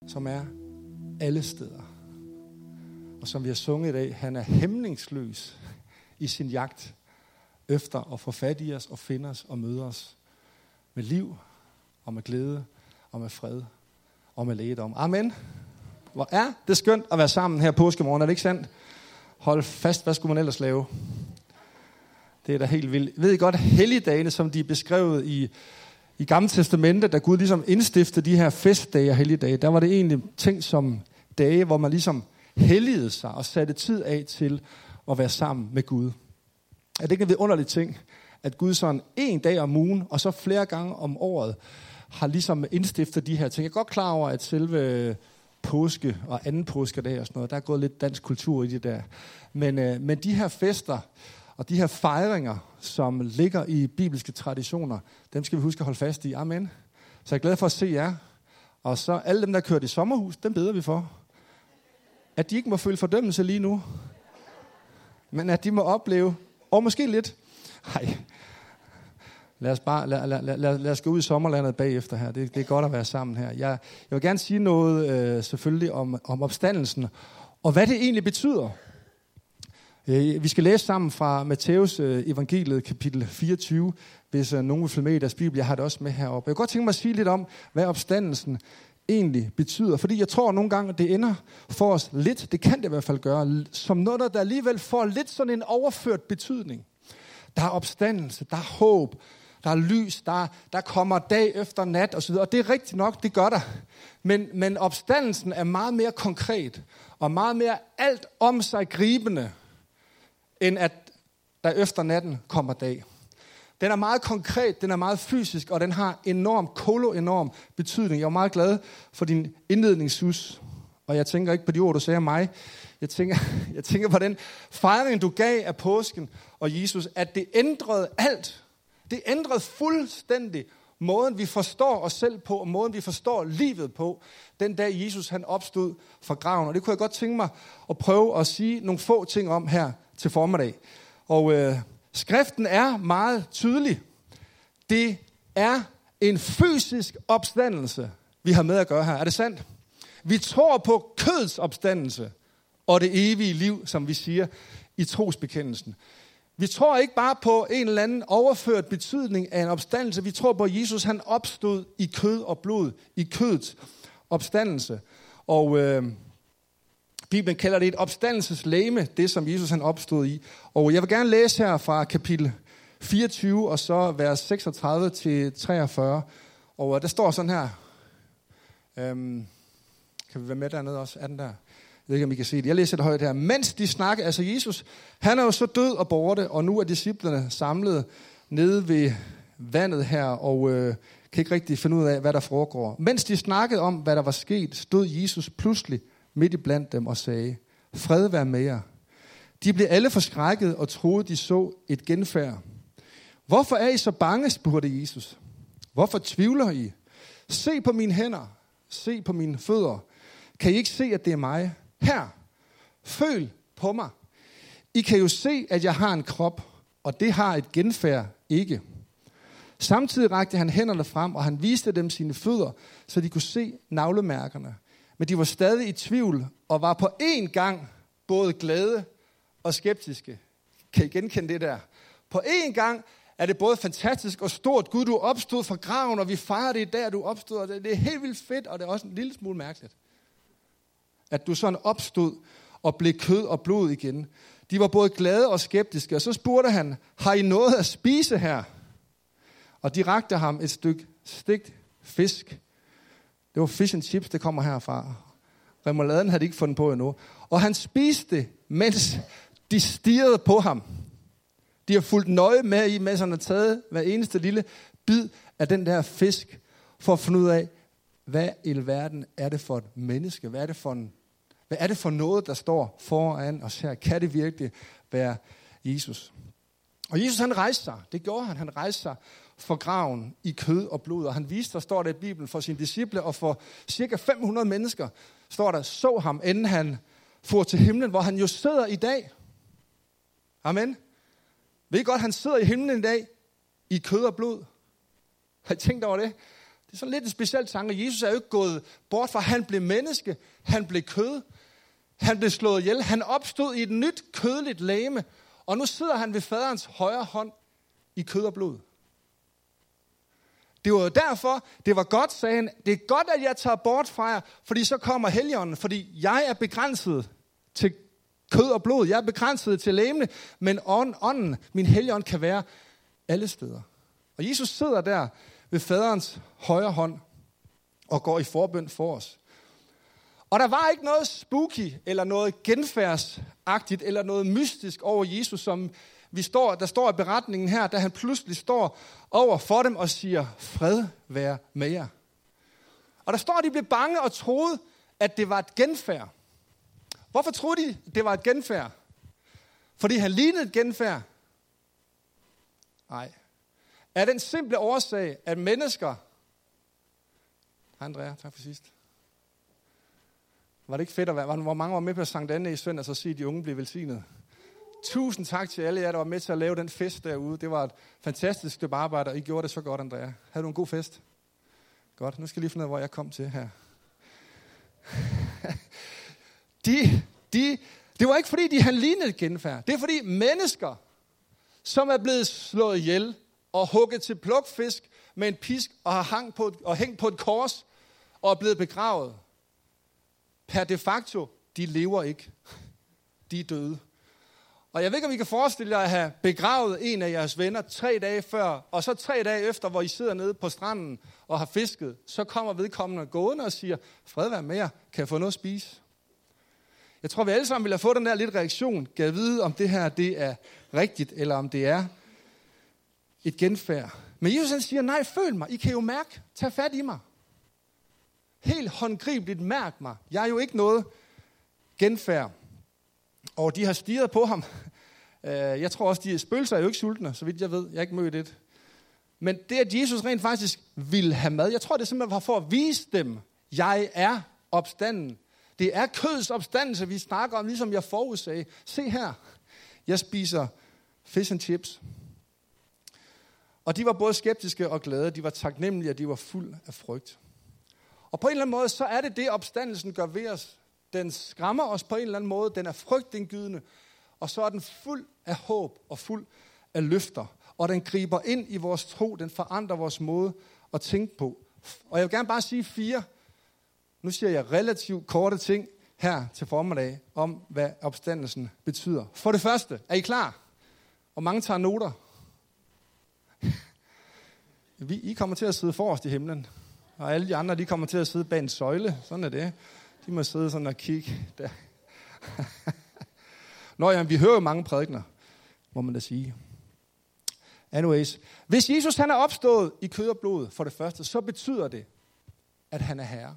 som er alle steder. Og som vi har sunget i dag, han er hæmningsløs i sin jagt efter at få fat i os og finde os og møde os med liv og med glæde og med fred og med lægedom. Amen. Hvor er det skønt at være sammen her påskemorgen, er det ikke sandt? Hold fast, hvad skulle man ellers lave? Det er da helt vildt. Ved I godt, helligdagene, som de er beskrevet i Gamle Testamentet, da Gud ligesom indstiftede de her festdage og helligdage, der var det egentlig ting som dage, hvor man ligesom helligede sig og satte tid af til at være sammen med Gud. Er det ikke en vidunderlig ting, at Gud sådan en dag om ugen, og så flere gange om året, har ligesom indstiftet de her ting. Jeg er godt klar over, at selve påske og anden påskedag og sådan noget, der er gået lidt dansk kultur i det der. Men de her fester og de her fejringer, som ligger i bibelske traditioner, dem skal vi huske at holde fast i. Amen. Så jeg er glad for at se jer. Og så alle dem, der kørt i sommerhus, dem beder vi for. At de ikke må føle fordømmelse lige nu. Men at de må opleve, og måske lidt. Nej. Lad os gå ud i sommerlandet bagefter her. Det er godt at være sammen her. Jeg vil gerne sige noget selvfølgelig om opstandelsen, og hvad det egentlig betyder. Vi skal læse sammen fra Matthæus evangeliet, kapitel 24, hvis nogen vil følge med i deres bibel. Jeg har det også med heroppe. Jeg kunne godt tænke mig at sige lidt om, hvad opstandelsen egentlig betyder. Fordi jeg tror nogle gange, at det ender for os lidt, det kan det i hvert fald gøre, som noget, der alligevel får lidt sådan en overført betydning. Der er opstandelse, der er håb, der er lys, der kommer dag efter nat osv. Og det er rigtigt nok, det gør der. Men opstandelsen er meget mere konkret og meget mere alt om sig gribende, end at der efter natten kommer dag. Den er meget konkret, den er meget fysisk, og den har enorm betydning. Jeg er meget glad for din indledningssus, og jeg tænker ikke på de ord, du sagde om mig. Jeg tænker på den fejring, du gav af påsken og Jesus, at det ændrede alt. Det ændrede fuldstændig måden, vi forstår os selv på, og måden, vi forstår livet på, den dag Jesus han opstod fra graven. Og det kunne jeg godt tænke mig at prøve at sige nogle få ting om her til formiddag. Og skriften er meget tydelig. Det er en fysisk opstandelse, vi har med at gøre her. Er det sandt? Vi tror på kødets opstandelse og det evige liv, som vi siger i trosbekendelsen. Vi tror ikke bare på en eller anden overført betydning af en opstandelse. Vi tror på, at Jesus han opstod i kød og blod, i kødets opstandelse. Og Bibelen kalder det et opstandelseslegeme, det som Jesus han opstod i. Og jeg vil gerne læse her fra kapitel 24, og så vers 36 til 43. Og der står sådan her. Kan vi være med dernede også? Er den der? Jeg ved ikke, om I kan se det. Jeg læser det højt her. Mens de snakker, altså Jesus, han er jo så død og borte, og nu er disciplerne samlet nede ved vandet her, og kan ikke rigtig finde ud af, hvad der foregår. Mens de snakkede om, hvad der var sket, stod Jesus pludselig midt i blandt dem og sagde, fred være med jer. De blev alle forskrækket og troede, de så et genfærd. Hvorfor er I så bange, spurgte Jesus. Hvorfor tvivler I? Se på mine hænder, se på mine fødder. Kan I ikke se, at det er mig? Her, føl på mig. I kan jo se, at jeg har en krop, og det har et genfærd ikke. Samtidig rakte han hænderne frem, og han viste dem sine fødder, så de kunne se navlemærkerne. Men de var stadig i tvivl, og var på én gang både glade og skeptiske. Kan I genkende det der? På én gang er det både fantastisk og stort. Gud, du opstod fra graven, og vi fejrer det der, du opstod. Og det er helt vildt fedt, og det er også en lille smule mærkeligt, at du sådan opstod og blev kød og blod igen. De var både glade og skeptiske, og så spurgte han, har I noget at spise her? Og de rakte ham et stykke stegt fisk. Det var fish and chips, det kommer herfra. Remouladen havde de ikke fundet på endnu. Og han spiste det, mens de stirrede på ham. De har fulgt nøje med i, mens han har taget hver eneste lille bid af den der fisk, for at finde ud af, hvad i verden er det for et menneske? Hvad er det for noget, der står foran os her? Kan det virkelig være Jesus? Og Jesus han rejste sig. Det gjorde han. Han rejste sig for graven i kød og blod. Og han viste, der står det i Bibelen, for sine disciple og for cirka 500 mennesker, står der, så ham, inden han for til himlen, hvor han jo sidder i dag. Amen. Ved I godt, han sidder i himlen i dag i kød og blod? Har I tænkt over det? Det er sådan lidt en speciel tanke. Jesus er jo ikke gået bort fra, han blev menneske, han blev kød, han blev slået ihjel, han opstod i et nyt kødeligt legeme, og nu sidder han ved faderens højre hånd i kød og blod. Det var jo derfor, det var godt, sagde han, det er godt, at jeg tager bort fra jer, fordi så kommer Helligånden, fordi jeg er begrænset til kød og blod, jeg er begrænset til legemene, men ånden, min Helligånd, kan være alle steder. Og Jesus sidder der ved faderens højre hånd og går i forbøn for os. Og der var ikke noget spooky eller noget genfærdsagtigt eller noget mystisk over Jesus, som der står i beretningen her, da han pludselig står over for dem og siger, fred være med jer. Og der står, at de blev bange og troede, at det var et genfærd. Hvorfor troede de, det var et genfærd? Fordi han lignede et genfærd? Nej. Er den simple årsag, at mennesker... Andrea, tak for sidst. Var det ikke fedt at være? Hvor mange var med på Sankt Anne i søndag, så sige, at de unge blev velsignet? Tusind tak til alle jer, der var med til at lave den fest derude. Det var et fantastisk stykke arbejde, og I gjorde det så godt, Andrea. Havde du en god fest? Godt, nu skal jeg lige finde ud af, hvor jeg kom til her. Det var ikke fordi, de havde lignet et genfærd. Det er fordi mennesker, som er blevet slået ihjel og hugget til plukfisk med en pisk og har hængt på et kors og er blevet begravet. Per de facto, de lever ikke. De er døde. Og jeg ved ikke, om I kan forestille jer at have begravet en af jeres venner 3 dage før, og så 3 dage efter, hvor I sidder nede på stranden og har fisket, så kommer vedkommende gående og siger, fred være med jer, kan jeg få noget at spise? Jeg tror, vi alle sammen vil have fået den der lidt reaktion. Kan jeg vide, om det her det er rigtigt, eller om det er et genfærd. Men Jesus han siger, nej, føl mig. I kan jo mærke. Tag fat i mig. Helt håndgribeligt mærk mig. Jeg er jo ikke noget genfærd. Og de har stirret på ham. Jeg tror også, de spøgelser er jo ikke sultne, så vidt jeg ved. Jeg har ikke mødt det. Men det, at Jesus rent faktisk ville have mad, jeg tror, det simpelthen var for at vise dem, jeg er opstanden. Det er køds opstandelse, vi snakker om, ligesom jeg forudsagde. Se her, jeg spiser fish and chips. Og de var både skeptiske og glade, de var taknemmelige, og de var fuld af frygt. Og på en eller anden måde, så er det, opstandelsen gør ved os. Den skræmmer os på en eller anden måde, den er frygtindgydende, og så er den fuld af håb og fuld af løfter. Og den griber ind i vores tro, den forandrer vores måde at tænke på. Og jeg vil gerne bare sige 4, nu siger jeg relativt korte ting her til formiddag, om hvad opstandelsen betyder. For det første, er I klar? Og mange tager noter. I kommer til at sidde forrest i himlen, og alle de andre, de kommer til at sidde bag en søjle. Sådan er det. De må sidde sådan og kigge der. Nå ja, vi hører jo mange prædikener, må man da sige. Anyways, hvis Jesus han er opstået i kød og blod, for det første, så betyder det, at han er herre.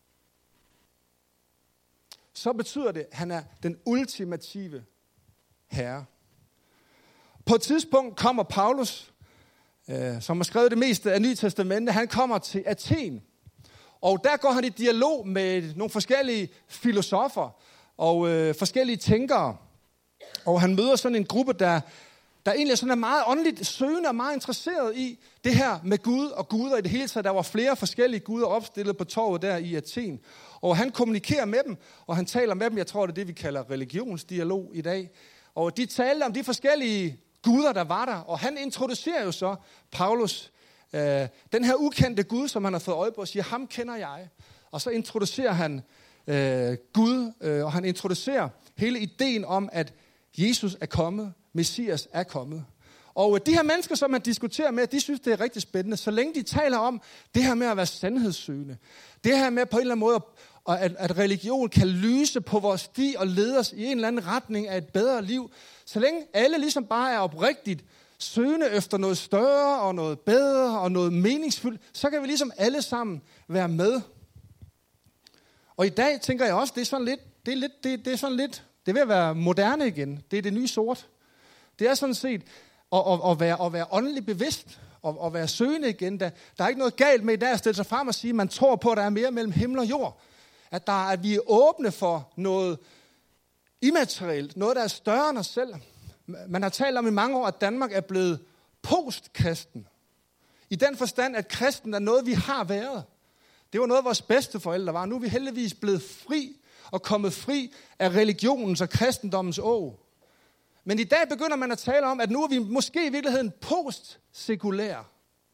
Så betyder det, at han er den ultimative herre. På et tidspunkt kommer Paulus, som har skrevet det meste af Nye Testamente, han kommer til Athen. Og der går han i dialog med nogle forskellige filosofer og forskellige tænkere. Og han møder sådan en gruppe, der egentlig sådan er meget åndeligt søgende og meget interesseret i det her med Gud og guder i det hele taget. Der var flere forskellige guder opstillet på torvet der i Athen. Og han kommunikerer med dem, og han taler med dem. Jeg tror, det er det, vi kalder religionsdialog i dag. Og de talte om de forskellige guder, der var der. Og han introducerer jo så Paulus, den her ukendte Gud, som han har fået øje på, og siger, ham kender jeg. Og så introducerer han Gud, og han introducerer hele ideen om, at Jesus er kommet, Messias er kommet. Og de her mennesker, som man diskuterer med, de synes, det er rigtig spændende, så længe de taler om det her med at være sandhedssøgende. Det her med på en eller anden måde, at religion kan lyse på vores sti og lede os i en eller anden retning af et bedre liv. Så længe alle ligesom bare er oprigtigt søgende efter noget større og noget bedre og noget meningsfuldt, så kan vi ligesom alle sammen være med. Og i dag tænker jeg også, det er sådan lidt, det er ved at være moderne igen. Det er det nye sort. Det er sådan set at være åndeligt bevidst og være søgende igen. Der er ikke noget galt med i dag at stille sig frem og sige, at man tror på, at der er mere mellem himmel og jord. At vi er åbne for noget immaterielt, noget, der er større end os selv. Man har talt om i mange år, at Danmark er blevet postkristen. I den forstand, at kristen er noget, vi har været. Det var noget, vores bedsteforældre var. Nu er vi heldigvis blevet fri og kommet fri af religionens og kristendommens åg. Men i dag begynder man at tale om, at nu er vi måske i virkeligheden post-sekulær.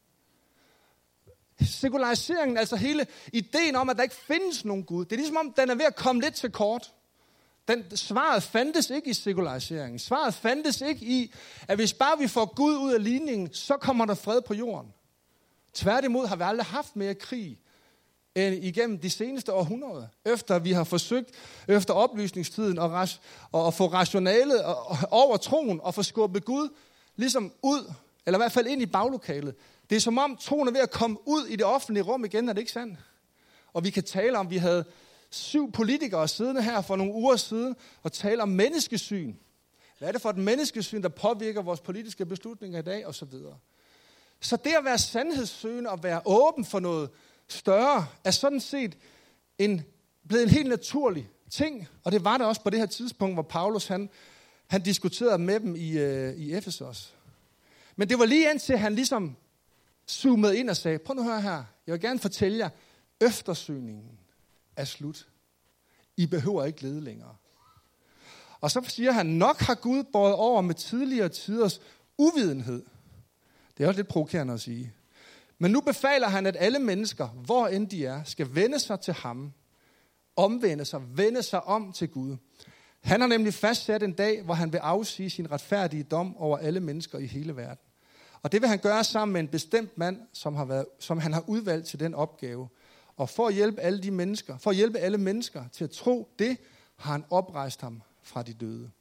Sekulariseringen, altså hele ideen om, at der ikke findes nogen Gud. Det er ligesom om, den er ved at komme lidt til kort. Svaret fandtes ikke i sekulariseringen. Svaret fandtes ikke i, at hvis bare vi får Gud ud af ligningen, så kommer der fred på jorden. Tværtimod har vi aldrig haft mere krig end igennem de seneste århundreder. Efter vi har forsøgt, efter oplysningstiden, at få rationalet over troen og få skubbet Gud ligesom ud, eller i hvert fald ind i baglokalet. Det er som om troen er ved at komme ud i det offentlige rum igen, er det ikke sandt? Og vi kan tale om, vi havde 7 politikere siddende her for nogle uger siden og tale om menneskesyn. Hvad er det for et menneskesyn, der påvirker vores politiske beslutninger i dag, og så videre. Så det at være sandhedssøgende og være åben for noget større, er sådan set blevet en helt naturlig ting. Og det var det også på det her tidspunkt, hvor Paulus han diskuterede med dem i Efesos. Men det var lige indtil han ligesom zoomede ind og sagde, prøv nu at høre her, jeg vil gerne fortælle jer, eftersøgningen er slut. I behøver ikke lede længere. Og så siger han, nok har Gud båret over med tidligere tiders uvidenhed. Det er også lidt provokerende at sige. Men nu befaler han, at alle mennesker, hvor end de er, skal vende sig til ham. Omvende sig, vende sig om til Gud. Han har nemlig fastsat en dag, hvor han vil afsige sin retfærdige dom over alle mennesker i hele verden. Og det vil han gøre sammen med en bestemt mand, som han har udvalgt til den opgave. Og for at hjælpe alle mennesker til at tro det, har han oprejst ham fra de døde.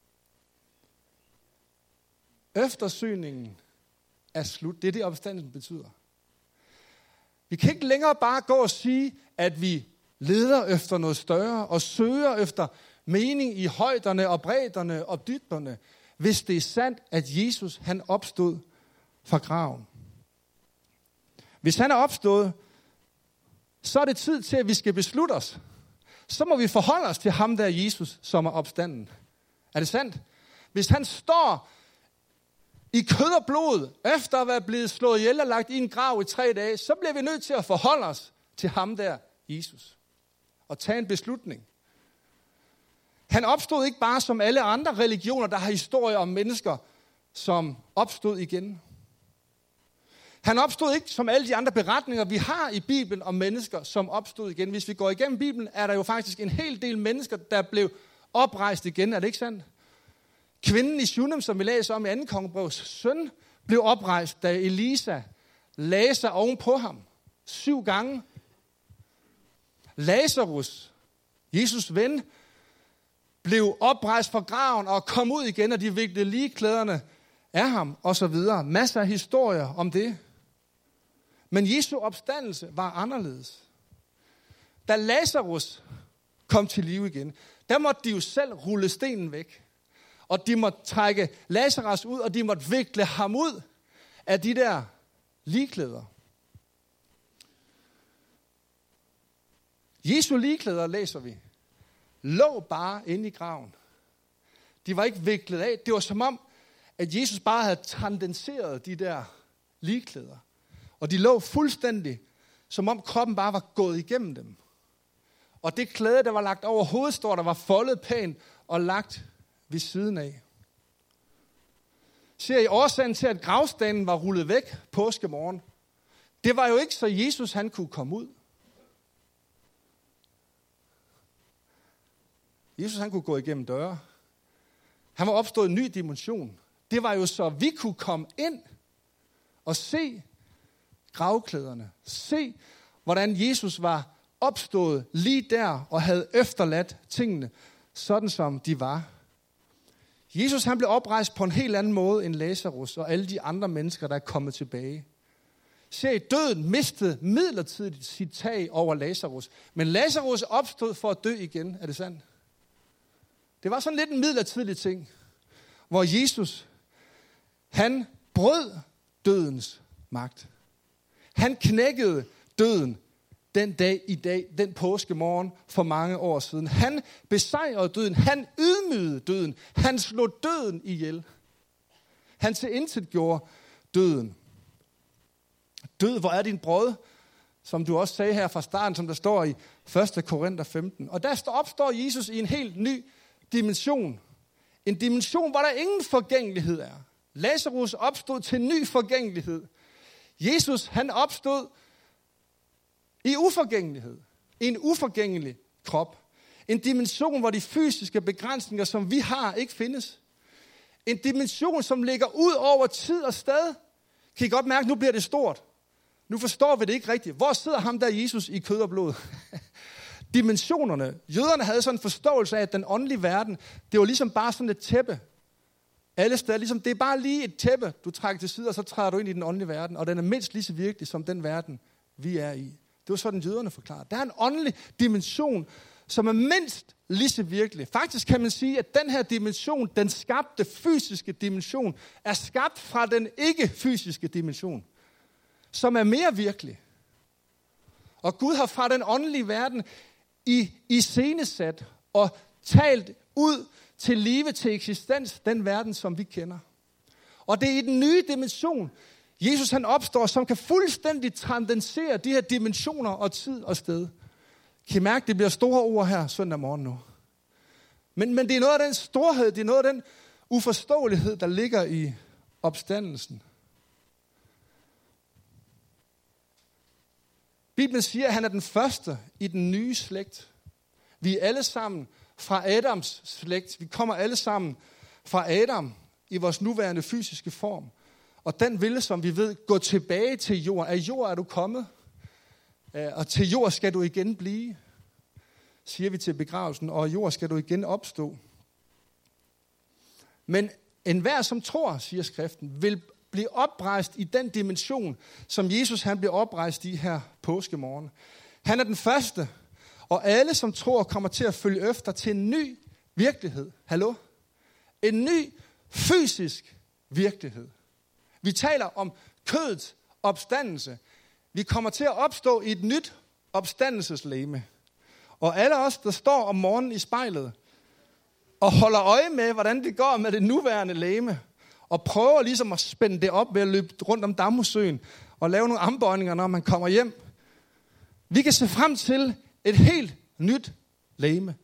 Eftersøgningen er slut. Det er det, opstandelsen betyder. Vi kan ikke længere bare gå og sige, at vi leder efter noget større og søger efter mening i højderne og bredderne og dybderne, hvis det er sandt, at Jesus han opstod fra graven. Hvis han er opstået, så er det tid til, at vi skal beslutte os. Så må vi forholde os til ham der Jesus, som er opstanden. Er det sandt? Hvis han står i kød og blod, efter at være blevet slået ihjel og lagt i en grav i 3 dage, så bliver vi nødt til at forholde os til ham der, Jesus. Og tage en beslutning. Han opstod ikke bare som alle andre religioner, der har historier om mennesker, som opstod igen. Han opstod ikke som alle de andre beretninger, vi har i Bibelen om mennesker, som opstod igen. Hvis vi går igennem Bibelen, er der jo faktisk en hel del mennesker, der blev oprejst igen. Er det ikke sandt? Kvinden i Shunem, som vi læser om i 2. kongebrevs søn, blev oprejst, da Elisa lagde sig oven på ham 7 gange. Lazarus, Jesus' ven, blev oprejst fra graven og kom ud igen, og de viklede ligeklæderne af ham, og så videre. Masser af historier om det. Men Jesu opstandelse var anderledes. Da Lazarus kom til live igen, der måtte de jo selv rulle stenen væk. Og de måtte trække Lazarus ud, og de måtte vikle ham ud af de der ligeklæder. Jesu ligeklæder, læser vi, lå bare inde i graven. De var ikke viklet af. Det var som om, at Jesus bare havde transcenderet de der ligeklæder. Og de lå fuldstændig, som om kroppen bare var gået igennem dem. Og det klæde, der var lagt over hovedet, der var foldet pænt og lagt ved siden af. Ser I årsagen til, at gravstenen var rullet væk påskemorgen? Det var jo ikke, så Jesus han kunne komme ud. Jesus han kunne gå igennem døre. Han var opstået i en ny dimension. Det var jo så, vi kunne komme ind og se gravklæderne. Se, hvordan Jesus var opstået lige der og havde efterladt tingene, sådan som de var. Jesus han blev oprejst på en helt anden måde end Lazarus og alle de andre mennesker, der er kommet tilbage. Se, døden mistede midlertidigt sit tag over Lazarus. Men Lazarus opstod for at dø igen. Er det sandt? Det var sådan lidt en midlertidig ting, hvor Jesus, han brød dødens magt. Han knækkede døden den dag i dag, den påskemorgen for mange år siden. Han besejrede døden. Han ydmygede døden. Han slog døden ihjel. Han tilintetgjorde døden. død, hvor er din brød? Som du også sagde her fra starten, som der står i 1. Korinther 15. Og der opstår Jesus i en helt ny dimension. En dimension, hvor der ingen forgængelighed er. Lazarus opstod til ny forgængelighed. Jesus, han opstod i uforgængelighed. I en uforgængelig krop. En dimension, hvor de fysiske begrænsninger, som vi har, ikke findes. En dimension, som ligger ud over tid og sted. Kan I godt mærke, nu bliver det stort. Nu forstår vi det ikke rigtigt. Hvor sidder ham der Jesus i kød og blod? Dimensionerne. Jøderne havde sådan en forståelse af, at den åndelige verden, det var ligesom bare sådan et tæppe. Alle steder, ligesom, det er bare lige et tæppe, du trækker til side, og så træder du ind i den åndelige verden, og den er mindst lige så virkelig som den verden, vi er i. Det var sådan, jøderne forklarede. Der er en åndelig dimension, som er mindst lige så virkelig. Faktisk kan man sige, at den her dimension, den skabte fysiske dimension, er skabt fra den ikke-fysiske dimension, som er mere virkelig. Og Gud har fra den åndelige verden iscenesat og talt ud til live, til eksistens, den verden, som vi kender. Og det er i den nye dimension, Jesus han opstår, som kan fuldstændig transcendere de her dimensioner og tid og sted. Kan I mærke, det bliver store ord her søndag morgen nu. Men det er noget af den storhed, det er noget af den uforståelighed, der ligger i opstandelsen. Bibelen siger, at han er den første i den nye slægt. Vi er alle sammen fra Adams slægt. Vi kommer alle sammen fra Adam i vores nuværende fysiske form. Og den vil, som vi ved, gå tilbage til jord. Af jord er du kommet, og til jord skal du igen blive, siger vi til begravelsen, og af jord skal du igen opstå. Men enhver, som tror, siger skriften, vil blive oprejst i den dimension, som Jesus han blev oprejst i her påskemorgen. Han er den første, og alle, som tror, kommer til at følge efter til en ny virkelighed. Hallo? En ny fysisk virkelighed. Vi taler om kødets opstandelse. Vi kommer til at opstå i et nyt opstandelseslegeme. Og alle os, der står om morgenen i spejlet og holder øje med, hvordan det går med det nuværende legeme, og prøver ligesom at spænde det op ved at løbe rundt om Damhussøen og lave nogle armbøjninger, når man kommer hjem. Vi kan se frem til et helt nyt legeme.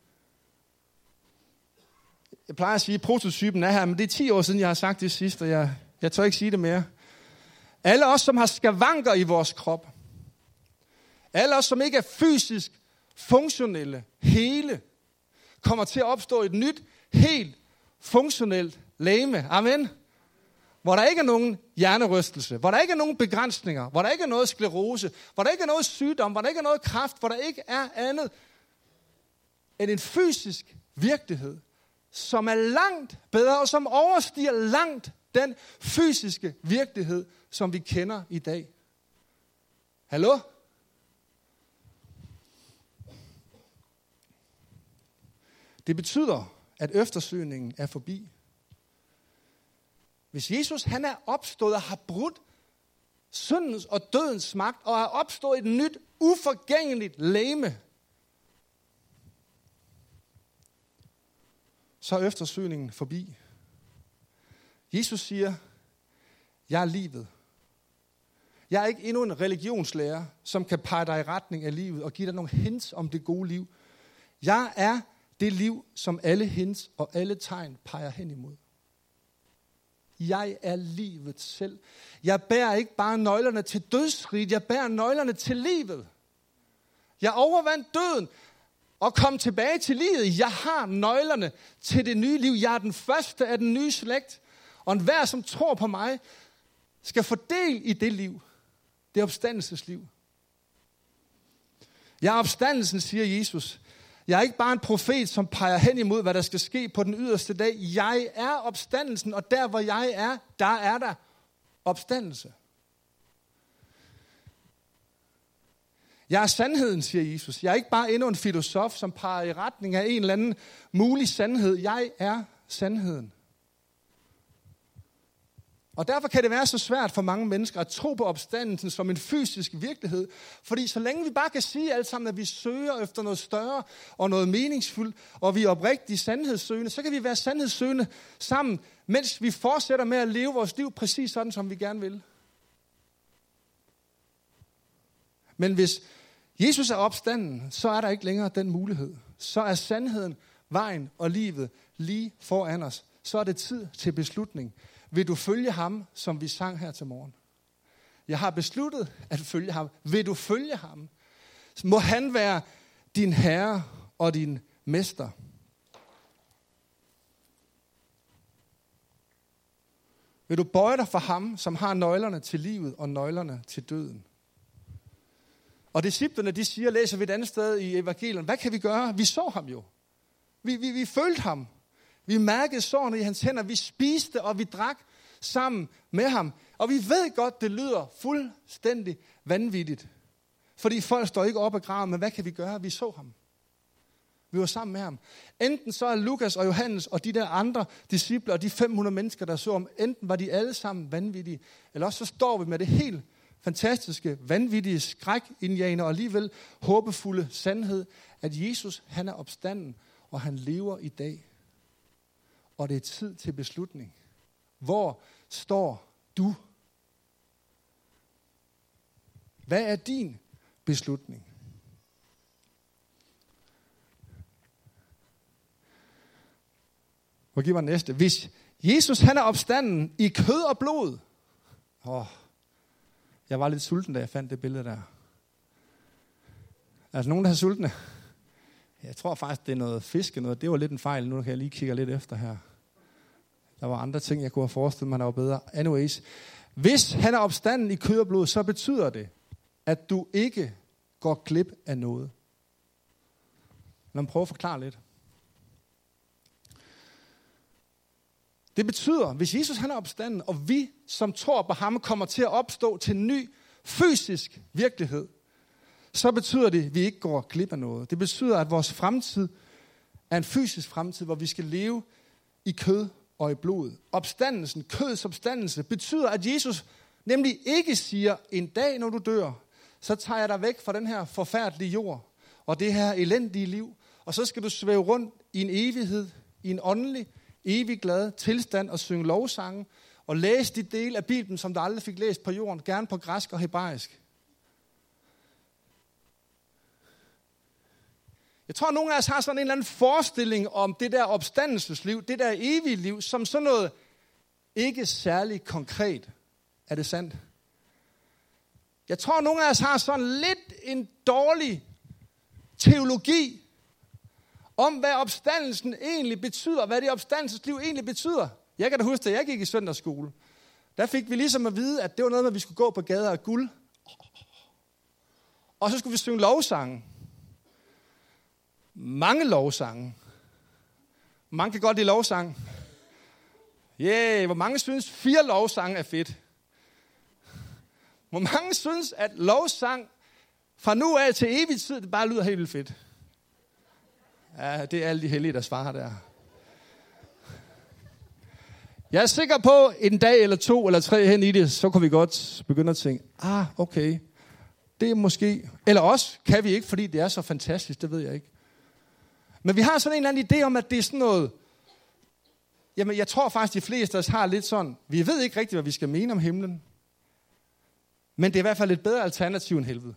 Jeg plejer at sige, at prototypen er her, men det er 10 år siden, jeg har sagt det sidst, og jeg tør ikke sige det mere. Alle os, som har skavanker i vores krop. Alle os, som ikke er fysisk funktionelle, hele, kommer til at opstå et nyt, helt funktionelt legeme. Amen. Hvor der ikke er nogen hjernerystelse, hvor der ikke er nogen begrænsninger, hvor der ikke er noget sklerose, hvor der ikke er noget sygdom, hvor der ikke er noget kræft, hvor der ikke er andet end en fysisk virkelighed, som er langt bedre og som overstiger langt den fysiske virkelighed, som vi kender i dag. Hallo? Det betyder, at eftersøgningen er forbi. Hvis Jesus han er opstået og har brudt syndens og dødens magt og er opstået et nyt, uforgængeligt legeme, så er eftersøgningen forbi. Jesus siger, jeg er livet. Jeg er ikke endnu en religionslærer, som kan pege dig i retning af livet og give dig nogle hints om det gode liv. Jeg er det liv, som alle hints og alle tegn peger hen imod. Jeg er livet selv. Jeg bærer ikke bare nøglerne til dødsriget, jeg bærer nøglerne til livet. Jeg overvandt døden og kom tilbage til livet. Jeg har nøglerne til det nye liv. Jeg er den første af den nye slægt. Og enhver, som tror på mig, skal få del i det liv. Det opstandelsesliv. Jeg er opstandelsen, siger Jesus. Jeg er ikke bare en profet, som peger hen imod, hvad der skal ske på den yderste dag. Jeg er opstandelsen, og der, hvor jeg er, der er der opstandelse. Jeg er sandheden, siger Jesus. Jeg er ikke bare endnu en filosof, som peger i retning af en eller anden mulig sandhed. Jeg er sandheden. Og derfor kan det være så svært for mange mennesker at tro på opstandelsen som en fysisk virkelighed. Fordi så længe vi bare kan sige alt sammen, at vi søger efter noget større og noget meningsfuldt, og vi er oprigtigt sandhedssøgende, så kan vi være sandhedssøgende sammen, mens vi fortsætter med at leve vores liv præcis sådan, som vi gerne vil. Men hvis Jesus er opstanden, så er der ikke længere den mulighed. Så er sandheden, vejen og livet lige foran os. Så er det tid til beslutning. Vil du følge ham, som vi sang her til morgen? Jeg har besluttet at følge ham. Vil du følge ham? Må han være din herre og din mester. Vil du bøje dig for ham, som har nøglerne til livet og nøglerne til døden? Og disciplerne, de siger, læser vi et andet sted i evangeliet, hvad kan vi gøre? Vi så ham jo. Vi følte ham. Vi mærkede sårene i hans hænder. Vi spiste og vi drak sammen med ham. Og vi ved godt, det lyder fuldstændig vanvittigt. Fordi folk står ikke op ad graven, men hvad kan vi gøre? Vi så ham. Vi var sammen med ham. Enten så er Lukas og Johannes og de der andre disciple og de 500 mennesker, der så ham, enten var de alle sammen vanvittige, eller også så står vi med det helt fantastiske, vanvittige, skrækindjagende og alligevel håbefulde sandhed, at Jesus, han er opstanden, og han lever i dag. Og det er tid til beslutning. Hvor står du? Hvad er din beslutning? Hvor giver man næste? Hvis Jesus, han er opstanden i kød og blod. Jeg var lidt sulten, da jeg fandt det billede der. Altså nogen, der er sultne? Jeg tror faktisk, det er noget fiske. Noget. Det var lidt en fejl. Nu kan jeg lige kigge lidt efter her. Der var andre ting, jeg kunne have forestillet mig, der var bedre. Anyways. Hvis han er opstanden i kød og blod, så betyder det, at du ikke går glip af noget. Lad mig prøve at forklare lidt. Det betyder, hvis Jesus han er opstanden, og vi som tror på ham kommer til at opstå til en ny fysisk virkelighed, så betyder det, at vi ikke går glip af noget. Det betyder, at vores fremtid er en fysisk fremtid, hvor vi skal leve i kød og i blod. Opstandelsen, kødets opstandelse, betyder, at Jesus nemlig ikke siger, en dag når du dør, så tager jeg dig væk fra den her forfærdelige jord, og det her elendige liv, og så skal du svæve rundt i en evighed, i en åndelig, evig glad tilstand og synge lovsange, og læse de dele af Bibelen, som der aldrig fik læst på jorden, gerne på græsk og hebraisk. Jeg tror, at nogle af os har sådan en eller anden forestilling om det der opstandelsesliv, det der evige liv, som sådan noget ikke særlig konkret. Er det sandt? Jeg tror, at nogle af os har sådan lidt en dårlig teologi om, hvad opstandelsen egentlig betyder, hvad det opstandelsesliv egentlig betyder. Jeg kan da huske, at jeg gik i søndagsskole. Der fik vi ligesom at vide, at det var noget med, at vi skulle gå på gader af guld. Og så skulle vi synge lovsange. Mange lovsange. Mange kan godt lide lovsange. Hvor mange synes 4 lovsange er fedt? Hvor mange synes, at lovsang fra nu af til evig tid, det bare lyder helt vildt fedt? Ja, det er alle de hellige, der svarer der. Jeg er sikker på, en dag eller 2 eller 3 hen i det, så kunne vi godt begynde at tænke, okay, det er måske, eller også kan vi ikke, fordi det er så fantastisk, det ved jeg ikke. Men vi har sådan en eller anden idé om, at det er sådan noget, jamen jeg tror faktisk, de fleste af os har lidt sådan, vi ved ikke rigtigt, hvad vi skal mene om himlen, men det er i hvert fald et bedre alternativ end helvede.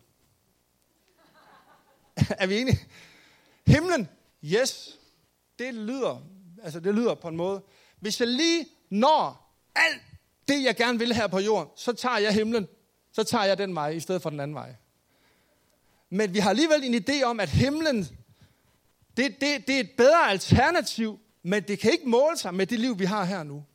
Er vi enige? Himlen, yes, det lyder på en måde. Hvis jeg lige når alt det, jeg gerne vil her på jorden, så tager jeg himlen, så tager jeg den vej, i stedet for den anden vej. Men vi har alligevel en idé om, at himlen, det er et bedre alternativ, men det kan ikke måle sig med det liv, vi har her nu.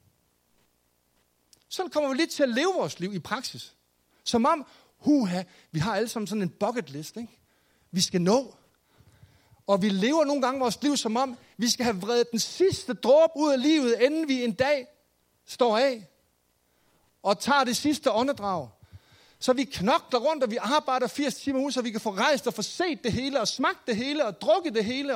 Så kommer vi lidt til at leve vores liv i praksis. Som om, vi har alle sammen sådan en bucket list, ikke? Vi skal nå. Og vi lever nogle gange vores liv som om, vi skal have vredet den sidste dråbe ud af livet, inden vi en dag står af og tager det sidste åndedrag. Så vi knokler rundt, og vi arbejder 80 timer ud, så vi kan få rejst og få set det hele, og smagt det hele, og drukket det hele.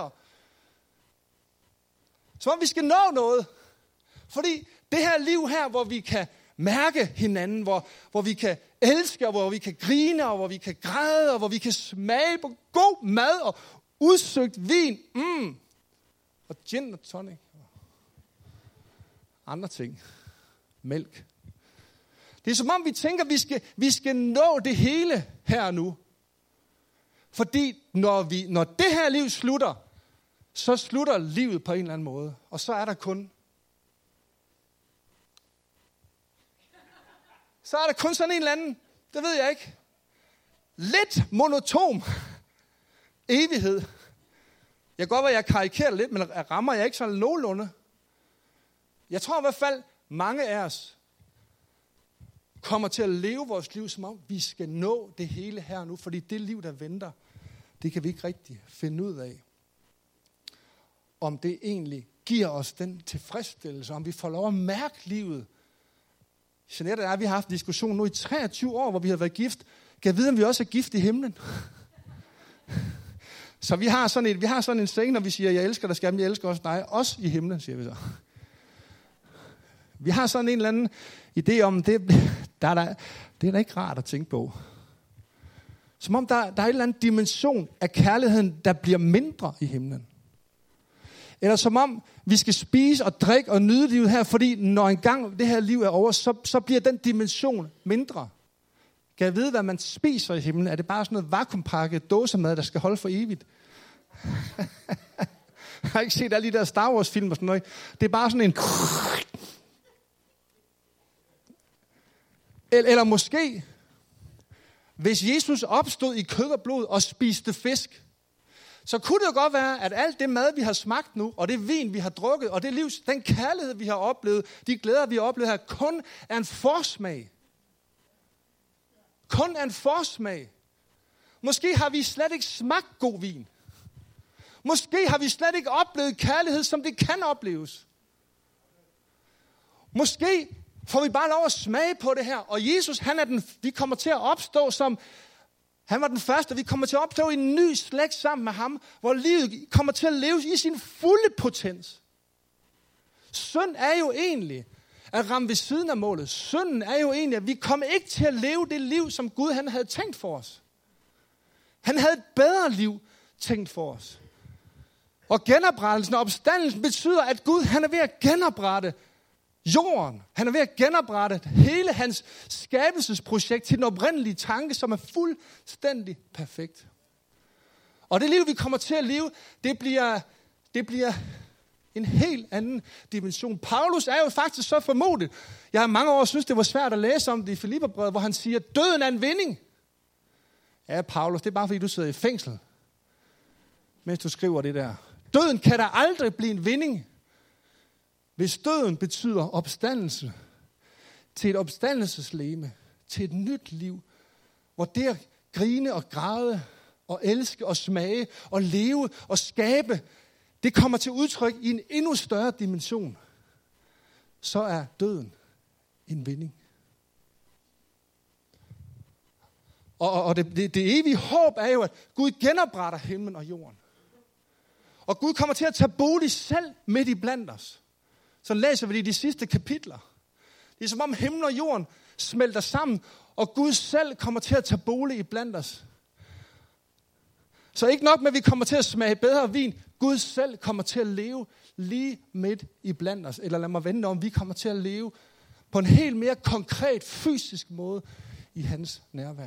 Så om vi skal nå noget. Fordi det her liv her, hvor vi kan mærke hinanden, hvor vi kan elske, og hvor vi kan grine, og hvor vi kan græde, og hvor vi kan smage på god mad, og udsøgt vin, og gin og tonic, og andre ting, mælk. Det er som om vi tænker, vi skal nå det hele her og nu. Fordi når det her liv slutter, så slutter livet på en eller anden måde. Og så er der kun sådan en eller anden, det ved jeg ikke, lidt monotom evighed. Jeg kan godt være, at jeg karikerer lidt, men rammer jeg ikke sådan nogenlunde. Jeg tror i hvert fald, mange af os kommer til at leve vores liv, som om vi skal nå det hele her nu. Fordi det liv, der venter, det kan vi ikke rigtig finde ud af. Om det egentlig giver os den tilfredsstillelse, om vi får lov at mærke livet. Jeanette og jeg, vi har haft en diskussion nu i 23 år, hvor vi har været gift. Kan jeg vide, om vi også er gift i himlen? Så vi har sådan en saying, når vi siger, jeg elsker dig, skal jeg elsker også dig. Også i himlen, siger vi så. Vi har sådan en eller anden idé om, det er da ikke rart at tænke på. Som om der er en eller anden dimension af kærligheden, der bliver mindre i himlen. Eller som om vi skal spise og drikke og nyde livet her, fordi når engang det her liv er over, så bliver den dimension mindre. Kan jeg vide, hvad man spiser i himlen? Er det bare sådan noget vakuumpakket dåsemad, der skal holde for evigt? Jeg har ikke set alle de der Star Wars film og sådan noget. Det er bare sådan en... Eller måske, hvis Jesus opstod i kød og blod og spiste fisk, så kunne det jo godt være, at alt det mad, vi har smagt nu, og det vin, vi har drukket, og det liv, den kærlighed, vi har oplevet, de glæder, vi har oplevet her, kun er en forsmag. Kun er en forsmag. Måske har vi slet ikke smagt god vin. Måske har vi slet ikke oplevet kærlighed, som det kan opleves. Måske får vi bare lov at smage på det her. Og Jesus, vi kommer til at opstå som, han var den første, vi kommer til at opstå i en ny slægt sammen med ham, hvor livet kommer til at leve i sin fulde potens. Synd er jo egentlig at ramme ved siden af målet. Synden er jo egentlig, at vi kommer ikke til at leve det liv, som Gud han havde tænkt for os. Han havde et bedre liv tænkt for os. Og genoprettelsen og opstandelsen betyder, at Gud han er ved at genoprette jorden. Han er ved at genoprette hele hans skabelsesprojekt til den oprindelige tanke, som er fuldstændig perfekt. Og det liv, vi kommer til at leve, det bliver en helt anden dimension. Paulus er jo faktisk så formodet. Jeg har mange år synes, det var svært at læse om det i Filipperbrevet, hvor han siger, døden er en vinding. Ja, Paulus, det er bare fordi, du sidder i fængsel, mens du skriver det der. Døden kan der aldrig blive en vinding. Hvis døden betyder opstandelse til et opstandelseslegeme, til et nyt liv, hvor det at grine og græde og elske og smage og leve og skabe, det kommer til udtryk i en endnu større dimension, så er døden en vinding. Og det evige håb er jo, at Gud genopretter himlen og jorden. Og Gud kommer til at tage bolig selv midt i blandt os. Så læser vi det i de sidste kapitler. Det er som om himlen og jorden smelter sammen, og Gud selv kommer til at tage bolig i blandt os. Så ikke nok med, at vi kommer til at smage bedre vin. Gud selv kommer til at leve lige midt i blandt os. Eller lad mig vende om, vi kommer til at leve på en helt mere konkret, fysisk måde i hans nærvær.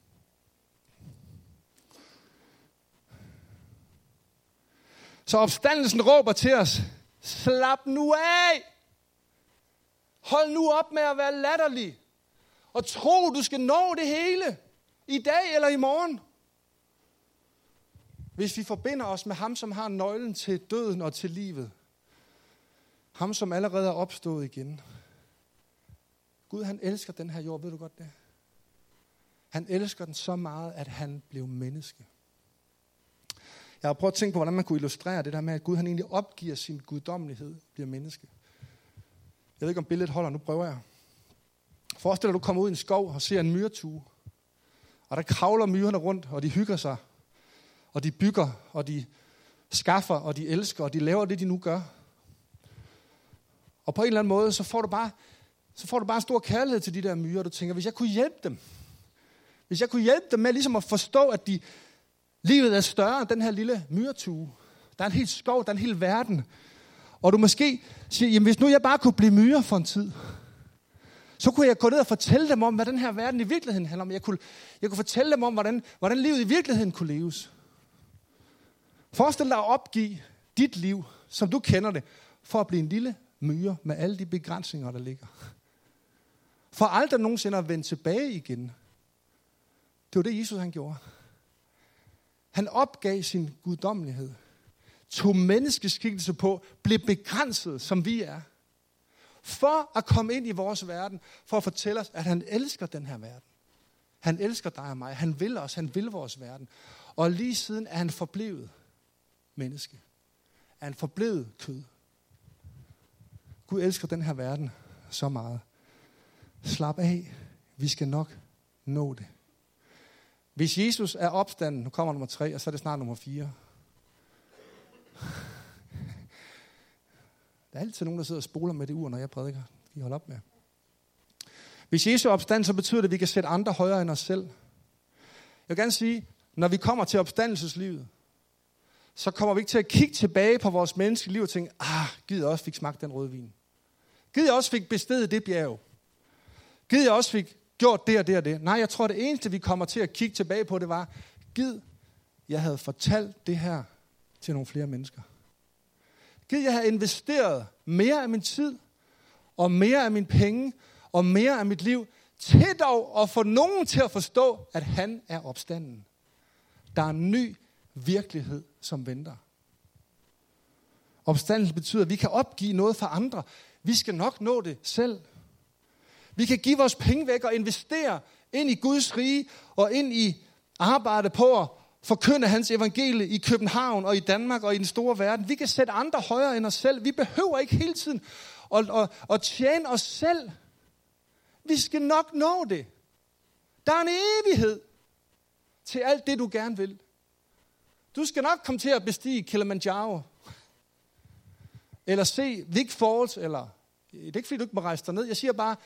Så opstandelsen råber til os, slap nu af! Hold nu op med at være latterlig. Og tro, du skal nå det hele. I dag eller i morgen. Hvis vi forbinder os med ham, som har nøglen til døden og til livet. Ham, som allerede er opstået igen. Gud, han elsker den her jord, ved du godt det? Han elsker den så meget, at han blev menneske. Jeg har prøvet at tænke på, hvordan man kunne illustrere det der med, at Gud han egentlig opgiver sin guddommelighed, bliver menneske. Jeg ved ikke, om billedet holder, nu prøver jeg. Forestil dig, at du kommer ud i en skov og ser en myretue. Og der kravler myrerne rundt, og de hygger sig. Og de bygger, og de skaffer, og de elsker, og de laver det, de nu gør. Og på en eller anden måde, så får du bare en stor kærlighed til de der myrer. Du tænker, hvis jeg kunne hjælpe dem. Hvis jeg kunne hjælpe dem med ligesom at forstå, at livet er større end den her lille myretue. Der er en hel skov, der er en hel verden. Og du måske siger, jamen hvis nu jeg bare kunne blive myre for en tid, Så kunne jeg gå ned og fortælle dem om, hvad den her verden i virkeligheden handler om. Jeg kunne fortælle dem om, hvordan livet i virkeligheden kunne leves. Forestil dig at opgive dit liv, som du kender det, for at blive en lille myre med alle de begrænsninger, der ligger. For aldrig nogensinde at vende tilbage igen. Det var det, Jesus han gjorde. Han opgav sin guddommelighed, tog menneskeskikkelse på, blev begrænset, som vi er, for at komme ind i vores verden, for at fortælle os, at han elsker den her verden. Han elsker dig og mig. Han vil os. Han vil vores verden. Og lige siden er han forblevet menneske. Er han forblevet kød. Gud elsker den her verden så meget. Slap af. Vi skal nok nå det. Hvis Jesus er opstanden, nu kommer nummer 3, og så er det snart nummer 4. Der er altid nogen, der sidder og spoler med det ur, når jeg prædiker. Vi holder op med. Hvis Jesus er opstanden, så betyder det, at vi kan sætte andre højere end os selv. Jeg vil gerne sige, når vi kommer til opstandelseslivet, så kommer vi ikke til at kigge tilbage på vores menneskelige liv og tænke, gid jeg også fik smagt den rødvin. Gid jeg også fik bestedet det bjerg. Gid jeg også fik gjort det og det og det. Nej, jeg tror, det eneste, vi kommer til at kigge tilbage på, det var, gid jeg havde fortalt det her til nogle flere mennesker. Gid jeg have investeret mere af min tid, og mere af mine penge, og mere af mit liv, til dog at få nogen til at forstå, at han er opstanden. Der er en ny virkelighed, som venter. Opstandelse betyder, at vi kan opgive noget for andre. Vi skal nok nå det selv. Vi kan give vores penge væk og investere ind i Guds rige, og ind i arbejde på at forkynde hans evangelie i København og i Danmark og i den store verden. Vi kan sætte andre højere end os selv. Vi behøver ikke hele tiden at tjene os selv. Vi skal nok nå det. Der er en evighed til alt det, du gerne vil. Du skal nok komme til at bestige Kilimanjaro. Eller se Vic Falls. Eller, det er ikke fordi, du ikke må rejse derned. Jeg siger bare,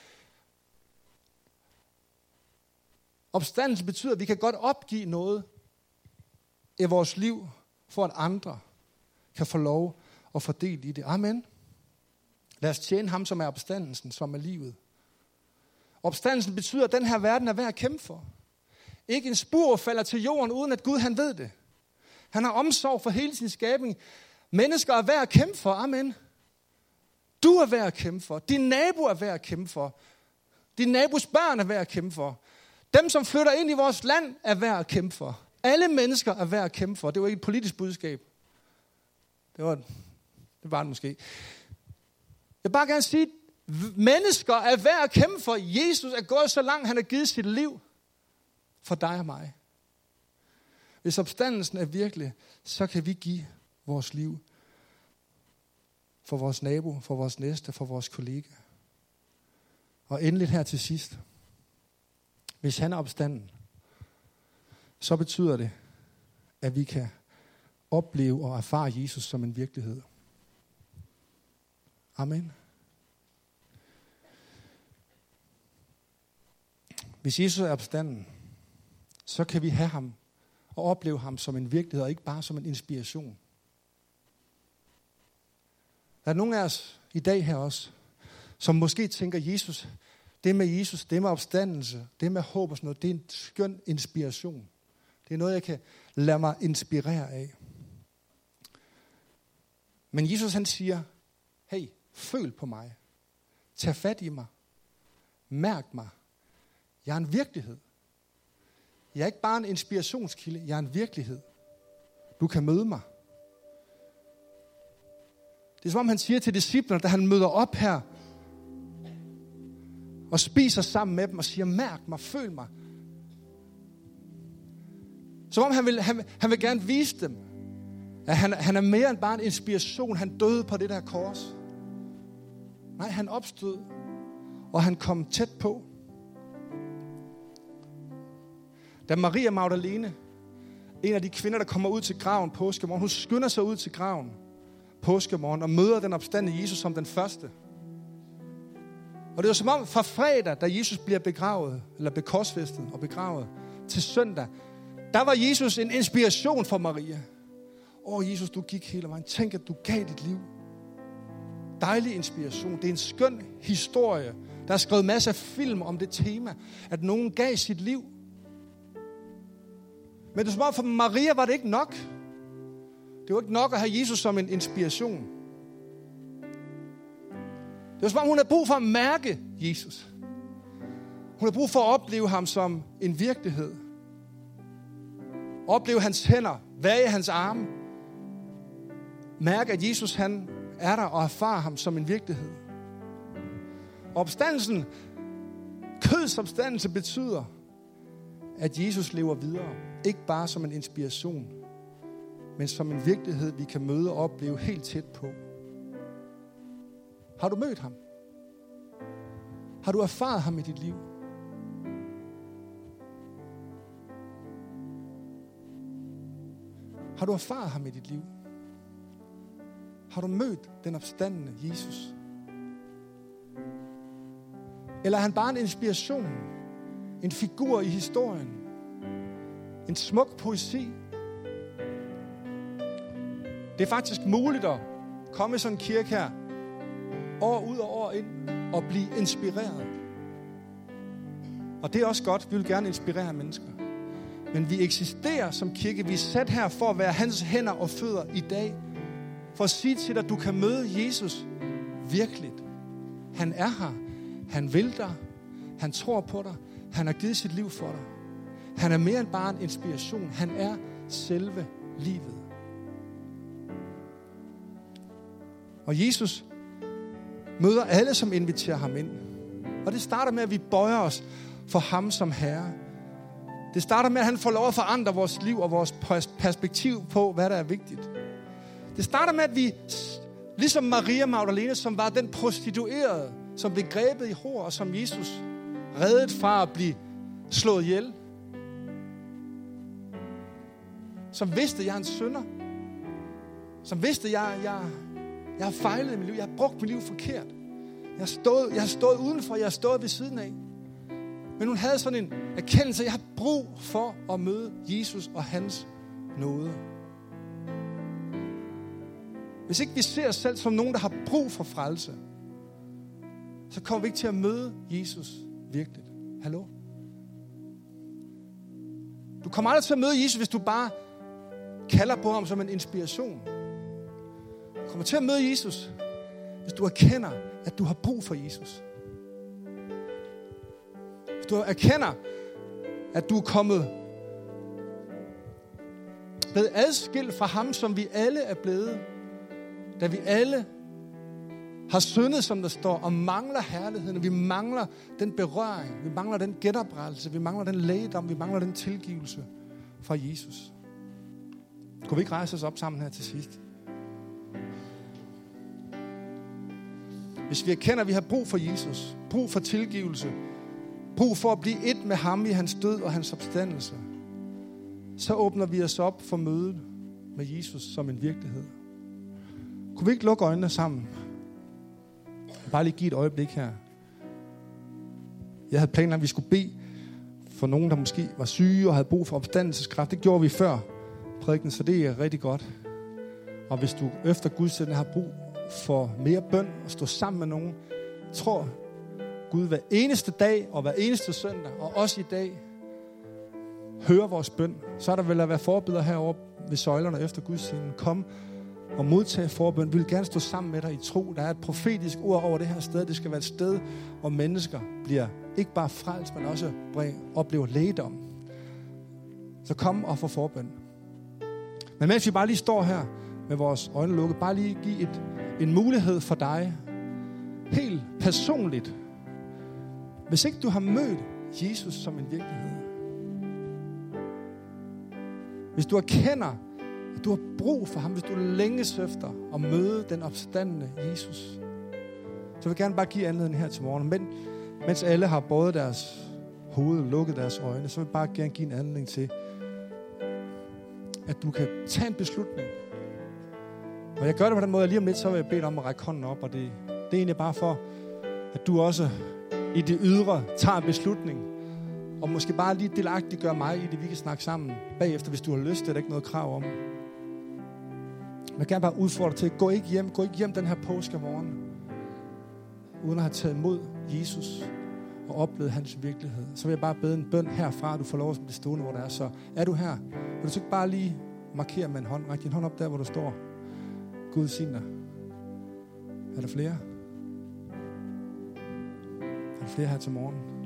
opstandelse betyder, at vi kan godt opgive noget i vores liv, for at andre kan få lov at fordele i det. Amen. Lad os tjene ham, som er opstandelsen, som er livet. Opstandelsen betyder, at den her verden er værd at kæmpe for. Ikke en spur falder til jorden, uden at Gud han ved det. Han har omsorg for hele sin skabning. Mennesker er værd at kæmpe for. Amen. Du er værd at kæmpe for. Din nabo er værd at kæmpe for. Din nabos børn er værd at kæmpe for. Dem, som flytter ind i vores land, er værd at kæmpe for. Alle mennesker er værd at kæmpe for. Det var ikke et politisk budskab. Det var det måske. Jeg vil bare gerne sige, mennesker er værd at kæmpe for. Jesus er gået så langt, han har givet sit liv for dig og mig. Hvis opstandelsen er virkelig, så kan vi give vores liv for vores nabo, for vores næste, for vores kollega. Og endelig her til sidst. Hvis han er opstanden, så betyder det, at vi kan opleve og erfare Jesus som en virkelighed. Amen. Hvis Jesus er opstanden, så kan vi have ham og opleve ham som en virkelighed, og ikke bare som en inspiration. Der er nogle af os i dag her også, som måske tænker, Jesus, det med opstandelse, det med håb og sådan noget, det er en skøn inspiration. Det er noget, jeg kan lade mig inspirere af. Men Jesus han siger, hey, føl på mig. Tag fat i mig. Mærk mig. Jeg er en virkelighed. Jeg er ikke bare en inspirationskilde, jeg er en virkelighed. Du kan møde mig. Det er som om han siger til disciplerne, da han møder op her, og spiser sammen med dem og siger, mærk mig, føl mig. Som om han vil gerne vise dem, at han er mere end bare en inspiration. Han døde på det der kors. Nej, han opstod, og han kom tæt på. Da Maria Magdalene, en af de kvinder, der kommer ud til graven påskemorgen, hun skynder sig ud til graven påskemorgen og møder den opstandne Jesus som den første. Og det var som om fra fredag, da Jesus bliver begravet, eller blev korsfæstet og begravet, til søndag, der var Jesus en inspiration for Maria. Jesus, du gik hele vejen. Tænk, at du gav dit liv. Dejlig inspiration. Det er en skøn historie. Der er skrevet masser af film om det tema, at nogen gav sit liv. Men det er som om for Maria var det ikke nok. Det var ikke nok at have Jesus som en inspiration. Det var som om hun havde brug for at mærke Jesus. Hun havde brug for at opleve ham som en virkelighed. Opleve hans hænder, være i hans arme. Mærke, at Jesus han er der og erfare ham som en virkelighed. Opstandelsen, kødsopstandelse betyder, at Jesus lever videre. Ikke bare som en inspiration, men som en virkelighed, vi kan møde og opleve helt tæt på. Har du mødt ham? Har du erfaret ham i dit liv? Har du erfaret ham i dit liv? Har du mødt den opstandende Jesus? Eller er han bare en inspiration? En figur i historien? En smuk poesi? Det er faktisk muligt at komme i sådan en kirke her, år ud og år ind, og blive inspireret. Og det er også godt, vi vil gerne inspirere mennesker. Men vi eksisterer som kirke, vi er sat her for at være hans hænder og fødder i dag. For at sige til dig, at du kan møde Jesus virkeligt. Han er her. Han vil dig. Han tror på dig. Han har givet sit liv for dig. Han er mere end bare en inspiration. Han er selve livet. Og Jesus møder alle, som inviterer ham ind. Og det starter med, at vi bøjer os for ham som herre. Det starter med, at han får lov at forandre vores liv og vores perspektiv på, hvad der er vigtigt. Det starter med, at vi, ligesom Maria Magdalene, som var den prostituerede, som blev grebet i hor, og som Jesus reddet fra at blive slået ihjel. Som vidste, at jeg er en synder. Som vidste, at jeg har fejlet i mit liv. Jeg har brugt mit liv forkert. Jeg har stået udenfor, jeg har stået ved siden af. Men hun havde sådan en erkendelse, at jeg har brug for at møde Jesus og hans nåde. Hvis ikke vi ser os selv som nogen, der har brug for frelse, så kommer vi ikke til at møde Jesus virkeligt. Hallo? Du kommer aldrig til at møde Jesus, hvis du bare kalder på ham som en inspiration. Du kommer til at møde Jesus, hvis du erkender, at du har brug for Jesus. Hvis du erkender, at du er blevet adskilt fra ham, som vi alle er blevet, da vi alle har syndet, som der står, og mangler herligheden. Vi mangler den berøring, vi mangler den genoprettelse, vi mangler den lægedom, vi mangler den tilgivelse fra Jesus. Kunne vi ikke rejse os op sammen her til sidst? Hvis vi erkender, at vi har brug for Jesus, brug for tilgivelse, brug for at blive et med ham i hans død og hans opstandelse, så åbner vi os op for mødet med Jesus som en virkelighed. Kunne vi ikke lukke øjnene sammen? Bare lige give et øjeblik her. Jeg havde planlagt, at vi skulle bede for nogen, der måske var syge og havde brug for opstandelseskraft. Det gjorde vi før prædiken, så det er rigtig godt. Og hvis du efter gudstjenesten har brug for mere bøn og stå sammen med nogen, tror Gud hver eneste dag og hver eneste søndag, og også i dag, hører vores bøn. Så er der vel at være forbedre herovre ved søjlerne efter gudstjenesten. Kom og modtage forbøn. Vi vil gerne stå sammen med dig i tro. Der er et profetisk ord over det her sted. Det skal være et sted, hvor mennesker bliver ikke bare frelst, men også oplever lægedom. Så kom og få forbøn. Men mens vi bare lige står her med vores øjne lukket, bare lige give en mulighed for dig, helt personligt. Hvis ikke du har mødt Jesus som en virkelighed, hvis du erkender, at du har brug for ham, hvis du længes efter at møde den opstandende Jesus, så vil jeg gerne bare give anledning her til morgen. Men mens alle har bøjet deres hoved og lukket deres øjne, så vil jeg bare gerne give en anledning til, at du kan tage en beslutning. Og jeg gør det på den måde, at lige om lidt, så vil jeg bede dig om at række hånden op, og det er egentlig bare for, at du også i det ydre tager en beslutning, og måske bare lige delagtigt gør mig i det, vi kan snakke sammen bagefter, hvis du har lyst, det er der ikke noget krav om. Men jeg kan bare udfordre dig til, gå ikke hjem den her påskemorgen, uden at have taget imod Jesus og oplevet hans virkelighed, så vil jeg bare bede en bøn herfra, du får lov at blive stående, hvor der er. Så er du her, vil du så ikke bare lige markere med en hånd, ræk din hånd op der, hvor du står. Gud sign dig. Er der flere? Er der flere her til morgen?